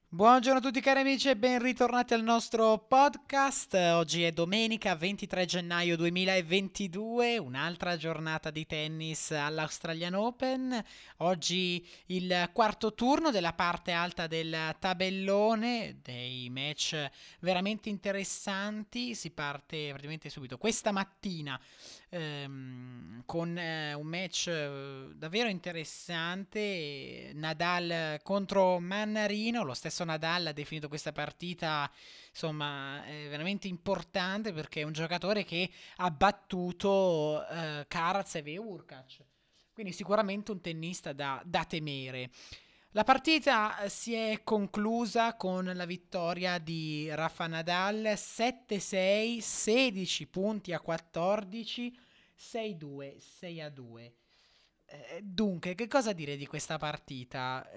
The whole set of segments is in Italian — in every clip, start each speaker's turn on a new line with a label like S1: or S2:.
S1: Buongiorno a tutti cari amici e ben ritornati al nostro podcast. Oggi è domenica 23 gennaio 2022, un'altra giornata di tennis all'Australian Open. Oggi il quarto turno della parte alta del tabellone, dei match veramente interessanti. Si parte praticamente subito questa mattina con un match davvero interessante. Nadal contro Mannarino. Lo stesso Nadal ha definito questa partita insomma veramente importante perché è un giocatore che ha battuto Karatsev e Urkac, quindi sicuramente un tennista da temere. La partita si è conclusa con la vittoria di Rafa Nadal 7-6, 16 punti a 14, 6-2, 6-2. Dunque, che cosa dire di questa partita?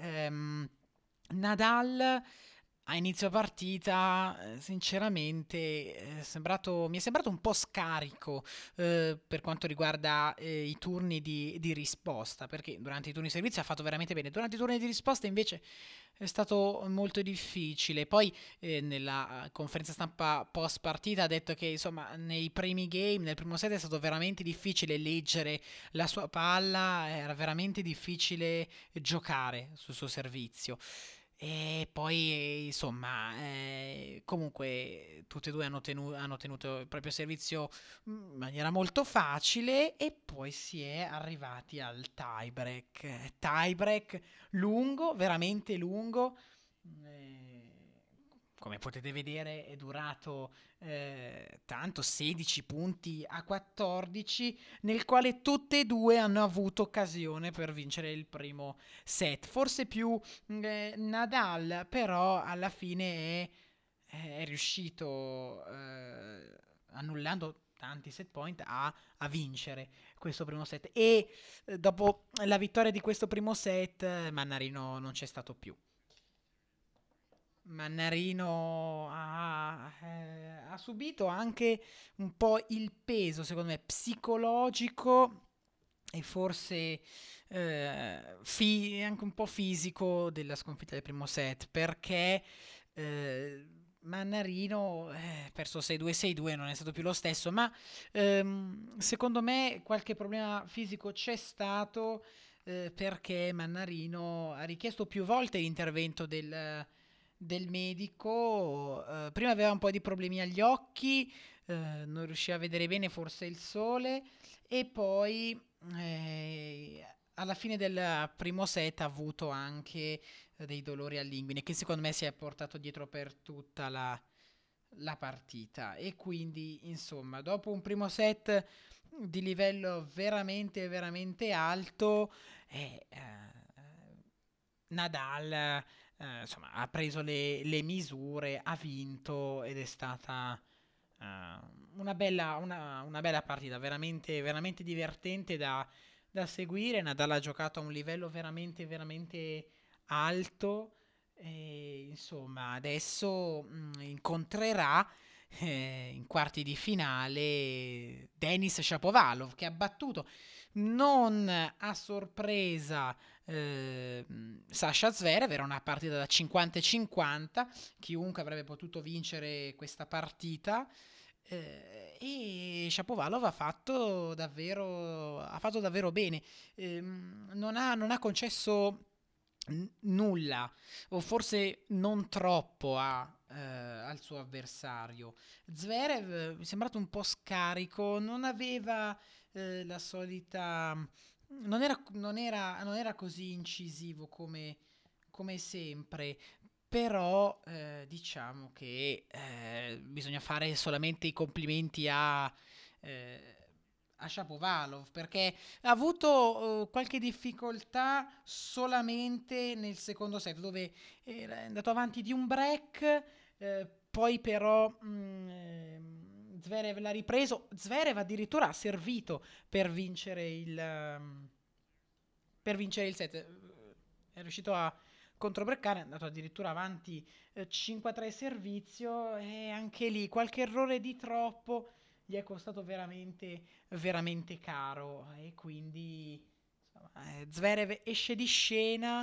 S1: Nadal a inizio partita, sinceramente, mi è sembrato un po' scarico per quanto riguarda i turni di risposta, perché durante i turni di servizio ha fatto veramente bene, durante i turni di risposta invece è stato molto difficile. Poi nella conferenza stampa post partita ha detto che insomma nei primi game, nel primo set è stato veramente difficile leggere la sua palla, era veramente difficile giocare sul suo servizio. E poi, insomma, comunque tutti e due hanno tenuto il proprio servizio in maniera molto facile e poi si è arrivati al tiebreak. Tiebreak lungo, veramente lungo. eh, Come potete vedere è durato tanto, 16 punti a 14, nel quale tutte e due hanno avuto occasione per vincere il primo set. Forse più Nadal, però alla fine è riuscito, annullando tanti set point, a vincere questo primo set. E dopo la vittoria di questo primo set, Mannarino non c'è stato più. Mannarino ha subito anche un po' il peso, secondo me, psicologico e forse anche un po' fisico della sconfitta del primo set, perché eh, Mannarino ha perso 6-2, 6-2, non è stato più lo stesso, ma secondo me qualche problema fisico c'è stato perché Mannarino ha richiesto più volte l'intervento del medico. Prima aveva un po' di problemi agli occhi, non riusciva a vedere bene forse il sole e poi alla fine del primo set ha avuto anche dei dolori all'inguine che secondo me si è portato dietro per tutta la partita e quindi insomma dopo un primo set di livello veramente veramente alto Nadal insomma ha preso le misure, ha vinto ed è stata eh, una bella partita, veramente, veramente divertente da seguire. Nadal ha giocato a un livello veramente, veramente alto. E, insomma, adesso incontrerà in quarti di finale Denis Shapovalov che ha battuto non a sorpresa Sasha Zverev. Era una partita da 50-50, chiunque avrebbe potuto vincere questa partita. E Shapovalov ha fatto davvero bene. Non ha concesso nulla, o forse non troppo al suo avversario. Zverev mi è sembrato un po' scarico, non aveva la solita. Non era così incisivo come sempre. Però diciamo che bisogna fare solamente i complimenti eh, a Shapovalov perché ha avuto qualche difficoltà solamente nel secondo set dove era andato avanti di un break, poi però Zverev l'ha ripreso. Zverev addirittura ha servito per vincere il set. È riuscito a controbreccare, è andato addirittura avanti 5-3 servizio e anche lì qualche errore di troppo gli è costato veramente, veramente caro e quindi insomma, Zverev esce di scena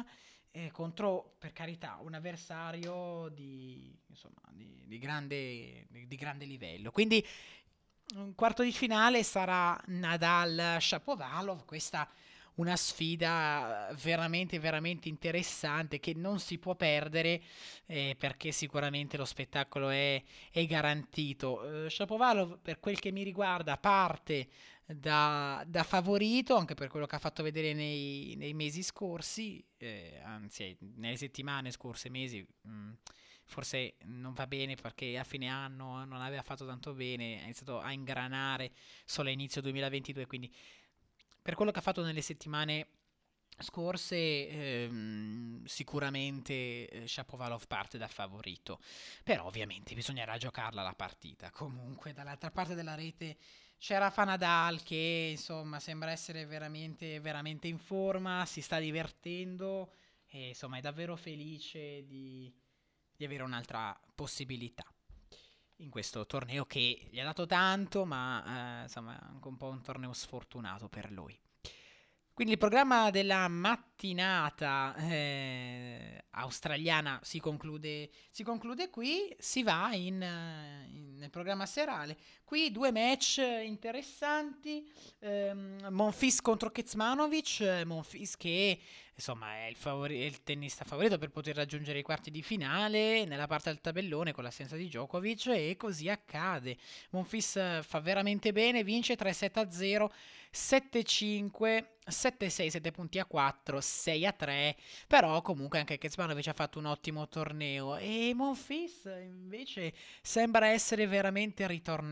S1: contro, per carità, un avversario insomma, di grande livello. Quindi un quarto di finale sarà Nadal-Shapovalov, questa una sfida veramente, veramente interessante che non si può perdere, perché sicuramente lo spettacolo è garantito. Shapovalov, per quel che mi riguarda, parte da favorito, anche per quello che ha fatto vedere nei mesi scorsi, anzi nelle settimane scorse, mesi. Forse non va bene perché a fine anno non aveva fatto tanto bene, ha iniziato a ingranare solo a inizio 2022, quindi per quello che ha fatto nelle settimane scorse, sicuramente Shapovalov parte da favorito, però ovviamente bisognerà giocarla la partita. Comunque dall'altra parte della rete c'è Rafa Nadal che insomma sembra essere veramente, veramente in forma, si sta divertendo e insomma è davvero felice di avere un'altra possibilità in questo torneo che gli ha dato tanto, ma insomma è anche un po' un torneo sfortunato per lui. Quindi il programma della mattinata australiana si conclude qui, si va nel programma serale. Qui due match interessanti, Monfils contro Kecmanovic, Monfils che insomma è il tennista favorito per poter raggiungere i quarti di finale nella parte del tabellone con l'assenza di Djokovic e così accade. Monfils fa veramente bene, vince 3-7-0, 7-5, 7-6, 7 punti a 4, 6-3, però comunque anche Kecmanovic ha fatto un ottimo torneo e Monfils invece sembra essere veramente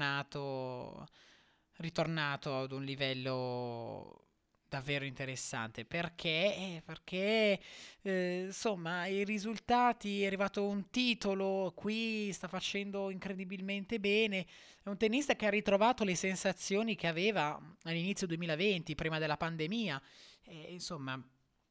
S1: ritornato ad un livello davvero interessante perché insomma i risultati, è arrivato un titolo, qui sta facendo incredibilmente bene, è un tennista che ha ritrovato le sensazioni che aveva all'inizio 2020 prima della pandemia, insomma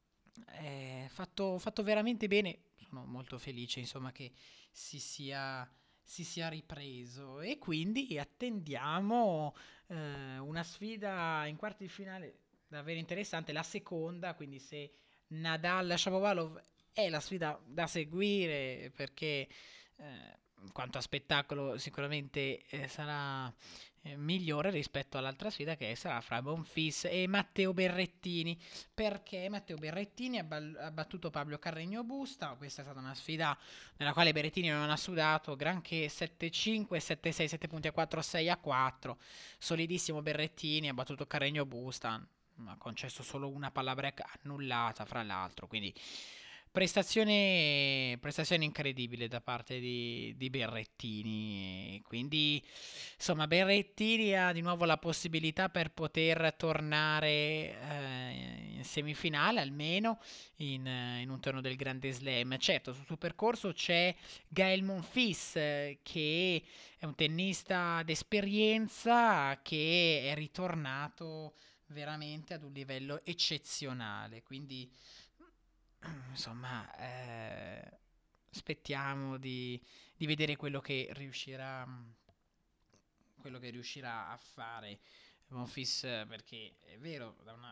S1: fatto veramente bene, sono molto felice insomma che si sia si sia ripreso e quindi attendiamo una sfida in quarti di finale davvero interessante, la seconda, quindi se Nadal-Shapovalov è la sfida da seguire perché in quanto a spettacolo sicuramente sarà migliore rispetto all'altra sfida che sarà fra Bonfils e Matteo Berrettini, perché Matteo Berrettini ha battuto Pablo Carreño Busta. Questa è stata una sfida nella quale Berrettini non ha sudato granché, 7-5, 7-6, 7 punti a 4, 6 a 4, solidissimo Berrettini, ha battuto Carreño Busta, ha concesso solo una palla break annullata fra l'altro, quindi prestazione incredibile da parte di Berrettini, quindi insomma Berrettini ha di nuovo la possibilità per poter tornare in semifinale almeno in un torneo del Grande Slam. Certo, sul suo percorso c'è Gael Monfils, che è un tennista d'esperienza che è ritornato veramente ad un livello eccezionale. Quindi, insomma, aspettiamo di vedere quello che riuscirà a fare Monfils, perché è vero,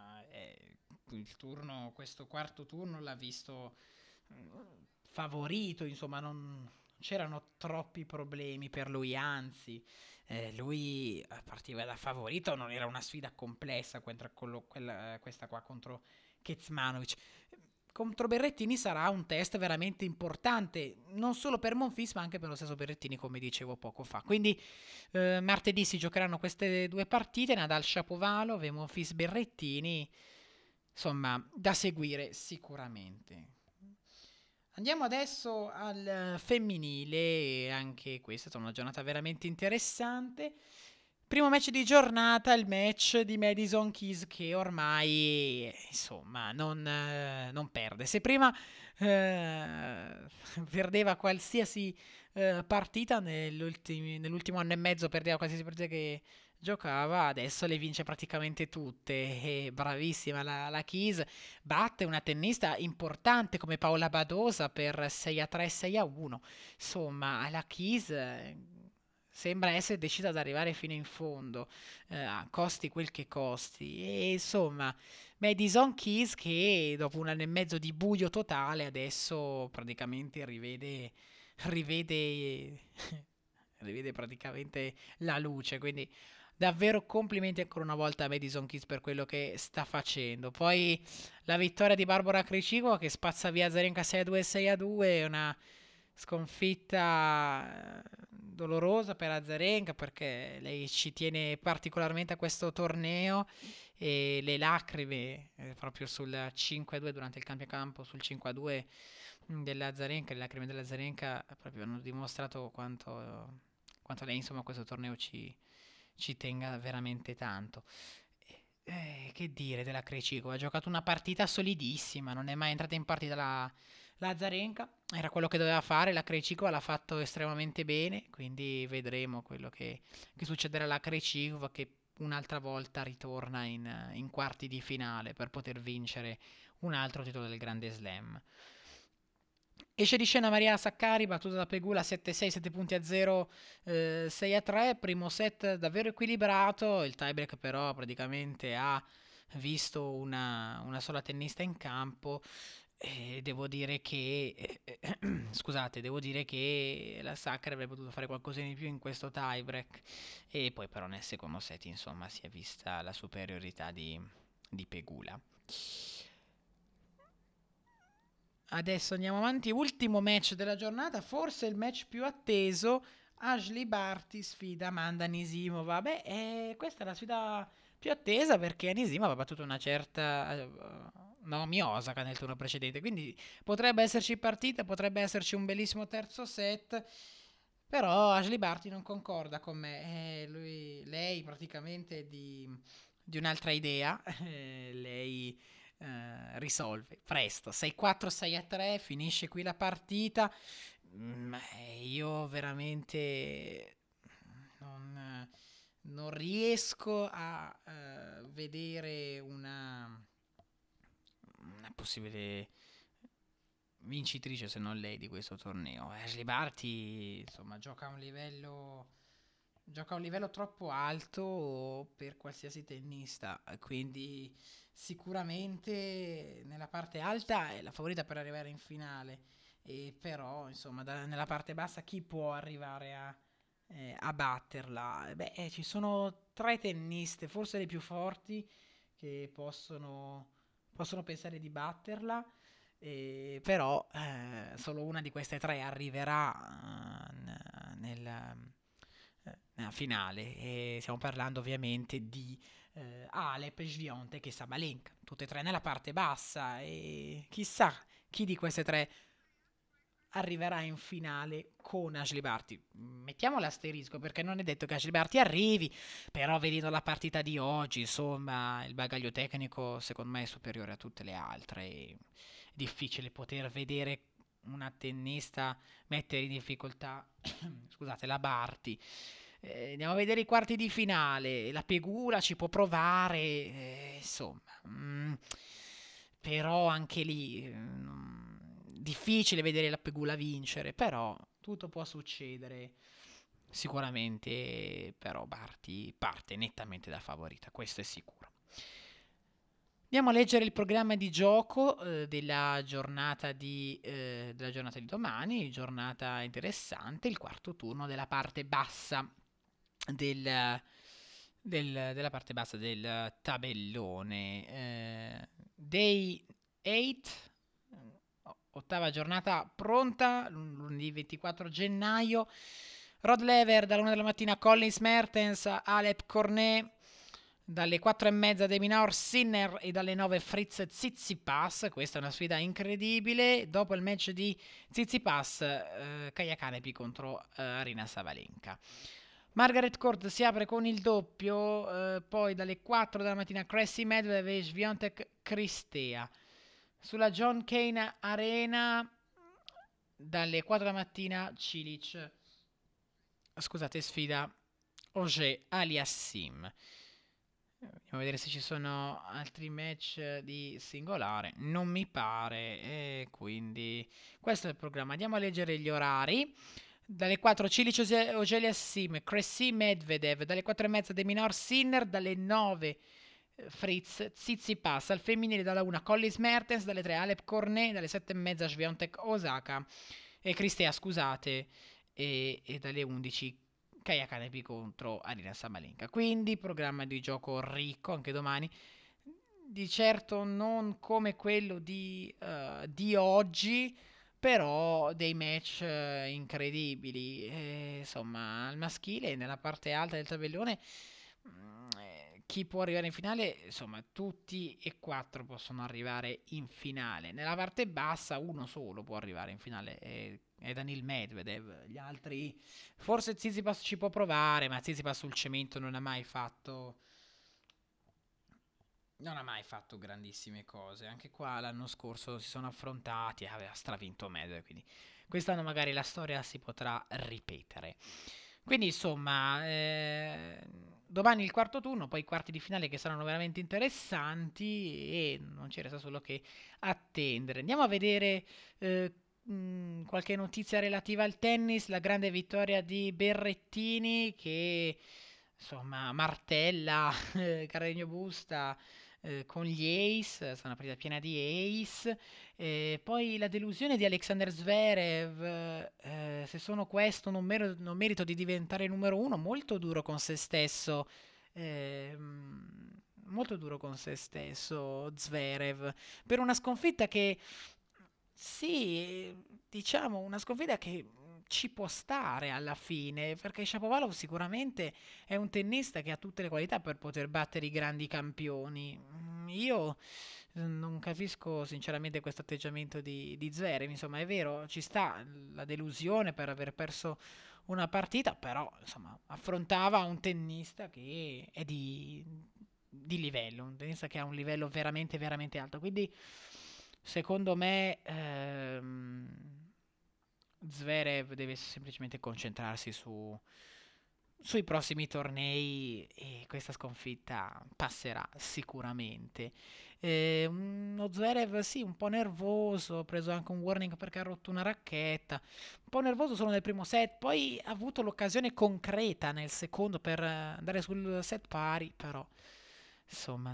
S1: questo quarto turno l'ha visto favorito, insomma, non c'erano troppi problemi per lui, anzi, lui partiva da favorito, non era una sfida complessa questa qua contro Kecmanovic. Contro Berrettini sarà un test veramente importante, non solo per Monfils ma anche per lo stesso Berrettini, come dicevo poco fa. Quindi martedì si giocheranno queste due partite, Nadal Shapovalov e Monfils Berrettini, insomma, da seguire sicuramente. Andiamo adesso al femminile, anche questa è stata una giornata veramente interessante. Primo match di giornata, il match di Madison Keys che ormai, insomma, non perde. Se prima perdeva qualsiasi partita nell'ultimo anno e mezzo, perdeva qualsiasi partita che giocava, adesso le vince praticamente tutte. E bravissima la Keys, batte una tennista importante come Paola Badosa per 6-3, 6-1. Insomma, la Keys sembra essere decisa ad arrivare fino in fondo, costi quel che costi. E insomma, Madison Keys che dopo un anno e mezzo di buio totale adesso praticamente rivede, rivede praticamente la luce. Quindi davvero complimenti ancora una volta a Madison Keys per quello che sta facendo. Poi la vittoria di Barbara Krejcikova che spazza via Azarenka 6-2 6-2 è una sconfitta dolorosa per Azarenka perché lei ci tiene particolarmente a questo torneo e le lacrime proprio sul 5-2 durante il cambio campo sul 5-2 dell'Azarenka, le lacrime dell'Azarenka proprio hanno dimostrato quanto lei insomma a questo torneo ci tenga veramente tanto. Che dire della Krejcikova? Ha giocato una partita solidissima, non è mai entrata in partita la Azarenka, era quello che doveva fare, la Krejcikova l'ha fatto estremamente bene, quindi vedremo quello che succederà alla Krejcikova che un'altra volta ritorna in quarti di finale per poter vincere un altro titolo del Grande Slam. Esce di scena Maria Saccari, battuta da Pegula 7-6, 7 punti a 0, 6-3. Primo set davvero equilibrato. Il tiebreak, però, praticamente ha visto una sola tennista in campo. Devo dire che, scusate, devo dire che la Saccari avrebbe potuto fare qualcosa di più in questo tiebreak. E poi, però, nel secondo set, insomma, si è vista la superiorità di Pegula. Adesso andiamo avanti. Ultimo match della giornata, forse il match più atteso. Ashley Barty sfida Amanda Anisimova. Beh, questa è la sfida più attesa perché Anisimova ha battuto una certa Naomi Osaka nel turno precedente. Quindi potrebbe esserci partita, potrebbe esserci un bellissimo terzo set. Però Ashley Barty non concorda con me. Lei praticamente è di un'altra idea. Lei risolve presto 6-4 6-3 finisce qui la partita. Io veramente non riesco a vedere una possibile vincitrice se non lei di questo torneo. Ashley Barty insomma gioca a un livello troppo alto per qualsiasi tennista, quindi sicuramente nella parte alta è la favorita per arrivare in finale, e però insomma nella parte bassa chi può arrivare a batterla? Ci sono tre tenniste, forse le più forti, che possono pensare di batterla. Però solo una di queste tre arriverà nella finale e stiamo parlando ovviamente di Alep, Swiatek e Sabalenka, tutte e tre nella parte bassa e chissà chi di queste tre arriverà in finale con Ashley Barty. Mettiamo l'asterisco perché non è detto che Ashley Barty arrivi, però vedendo la partita di oggi, insomma, il bagaglio tecnico secondo me è superiore a tutte le altre. È difficile poter vedere una tennista mettere in difficoltà, scusate, la Barty. Andiamo a vedere i quarti di finale. La Pegula ci può provare, insomma. Però anche lì difficile vedere la Pegula vincere. Però tutto può succedere. Sicuramente, però, Barty parte nettamente da favorita, questo è sicuro. Andiamo a leggere il programma di gioco della giornata di domani, giornata interessante, il quarto turno della parte bassa del, della parte bassa del tabellone. Day 8, ottava giornata pronta, lunedì 24 gennaio. Rod Lever dall'1 della mattina, Collins Mertens, Alep Cornet. Dalle 4 e mezza De Minaur Sinner e dalle 9 Fritz Tsitsipas. Questa è una sfida incredibile. Dopo il match di Tsitsipas, Kaia Kanepi contro Arina Sabalenka. Margaret Court si apre con il doppio, poi dalle 4 della mattina Cressy Medvedev e Swiatek Cristea. Sulla John Cain Arena dalle 4 della mattina Cilic. Scusate, sfida Auger Aliassim. Andiamo a vedere se ci sono altri match di singolare. Non mi pare. E quindi questo è il programma. Andiamo a leggere gli orari. Dalle 4 Cilic Auger-Aliassime, Cressy Medvedev, dalle 4 e mezza De Minaur Sinner, dalle 9 Fritz Tsitsipas, al femminile dalla 1 Collis Mertens, dalle 3 Alep Cornet, dalle 7 e mezza Swiatek Osaka e Cristea, scusate, e dalle 11 Kaia Kanepi contro Arina Sabalenka. Quindi programma di gioco ricco anche domani, di certo non come quello di oggi, però dei match incredibili. Insomma, al maschile, nella parte alta del tabellone, chi può arrivare in finale? Insomma, tutti e quattro possono arrivare in finale. Nella parte bassa, uno solo può arrivare in finale. È Daniil Medvedev. Gli altri, forse Tsitsipas ci può provare, ma Tsitsipas sul cemento non ha mai fatto grandissime cose. Anche qua l'anno scorso si sono affrontati e aveva stravinto Medvedev, quindi quest'anno magari la storia si potrà ripetere. Quindi insomma, domani il quarto turno, poi i quarti di finale che saranno veramente interessanti e non ci resta solo che attendere. Andiamo a vedere qualche notizia relativa al tennis, la grande vittoria di Berrettini che insomma martella Carreño Busta con gli Ace, sarà una partita piena di Ace. Poi la delusione di Alexander Zverev, se sono questo non merito di diventare numero uno, molto duro con se stesso. Molto duro con se stesso Zverev per una sconfitta che sì, diciamo una sconfitta che ci può stare alla fine, perché Shapovalov sicuramente è un tennista che ha tutte le qualità per poter battere i grandi campioni. Io non capisco sinceramente questo atteggiamento di Zverev, insomma è vero, ci sta la delusione per aver perso una partita, però insomma affrontava un tennista che è di livello, un tennista che ha un livello veramente veramente alto, quindi secondo me Zverev deve semplicemente concentrarsi sui prossimi tornei e questa sconfitta passerà sicuramente. Uno Zverev sì, un po' nervoso, ha preso anche un warning perché ha rotto una racchetta, un po' nervoso solo nel primo set, poi ha avuto l'occasione concreta nel secondo per andare sul set pari, però insomma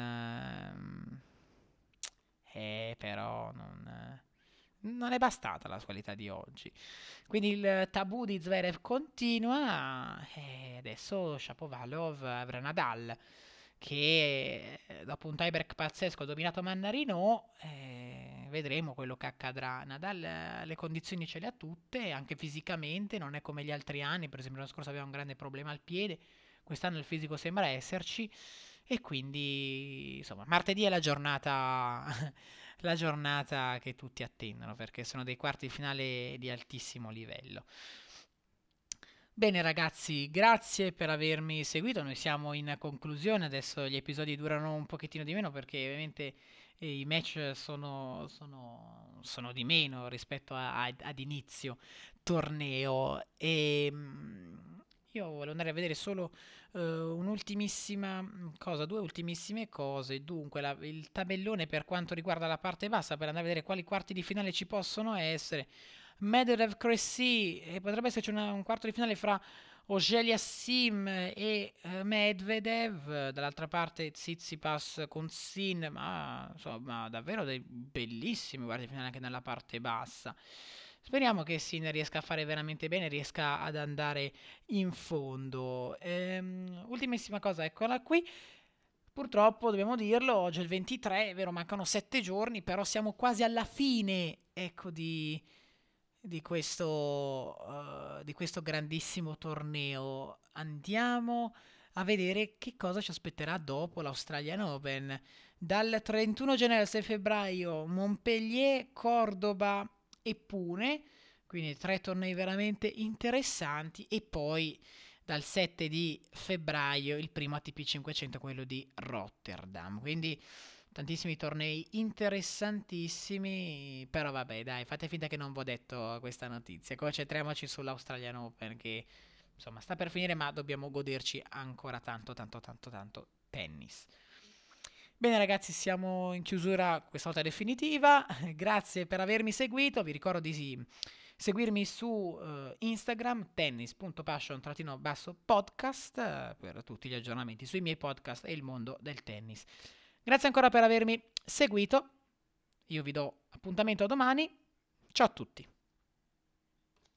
S1: però non è bastata la qualità di oggi. Quindi il tabù di Zverev continua e adesso Shapovalov avrà Nadal che dopo un tiebreak pazzesco ha dominato Mannarino. Vedremo quello che accadrà. Nadal le condizioni ce le ha tutte, anche fisicamente, non è come gli altri anni, per esempio l'anno scorso aveva un grande problema al piede, quest'anno il fisico sembra esserci e quindi insomma martedì è la giornata la giornata che tutti attendono perché sono dei quarti di finale di altissimo livello. Bene ragazzi, grazie per avermi seguito, noi siamo in conclusione, adesso gli episodi durano un pochettino di meno perché ovviamente i match sono di meno rispetto ad inizio torneo e io volevo andare a vedere solo un'ultimissima cosa, due ultimissime cose. Dunque, il tabellone per quanto riguarda la parte bassa, per andare a vedere quali quarti di finale ci possono essere. Medvedev Cressy, e potrebbe esserci un quarto di finale fra Auger-Aliassime e Medvedev, dall'altra parte Tsitsipas con Sin, ma insomma davvero dei bellissimi quarti di finale anche nella parte bassa. Speriamo che Sin riesca a fare veramente bene, riesca ad andare in fondo. Ultimissima cosa, eccola qui. Purtroppo dobbiamo dirlo, oggi è il 23, è vero, mancano 7 giorni, però siamo quasi alla fine, ecco, di questo grandissimo torneo. Andiamo a vedere che cosa ci aspetterà dopo l'Australian Open. Dal 31 gennaio al 6 febbraio Montpellier, Cordoba e Pune, quindi 3 tornei veramente interessanti e poi dal 7 di febbraio il primo ATP 500, quello di Rotterdam. Quindi tantissimi tornei interessantissimi, però vabbè dai, fate finta che non vi ho detto questa notizia. Concentriamoci sull'Australian Open che insomma sta per finire, ma dobbiamo goderci ancora tanto tanto tanto tanto tennis. Bene ragazzi, siamo in chiusura questa volta definitiva. Grazie per avermi seguito. Vi ricordo di seguirmi su Instagram tennis.passion_podcast per tutti gli aggiornamenti sui miei podcast e il mondo del tennis. Grazie ancora per avermi seguito, io vi do appuntamento a domani, ciao a tutti.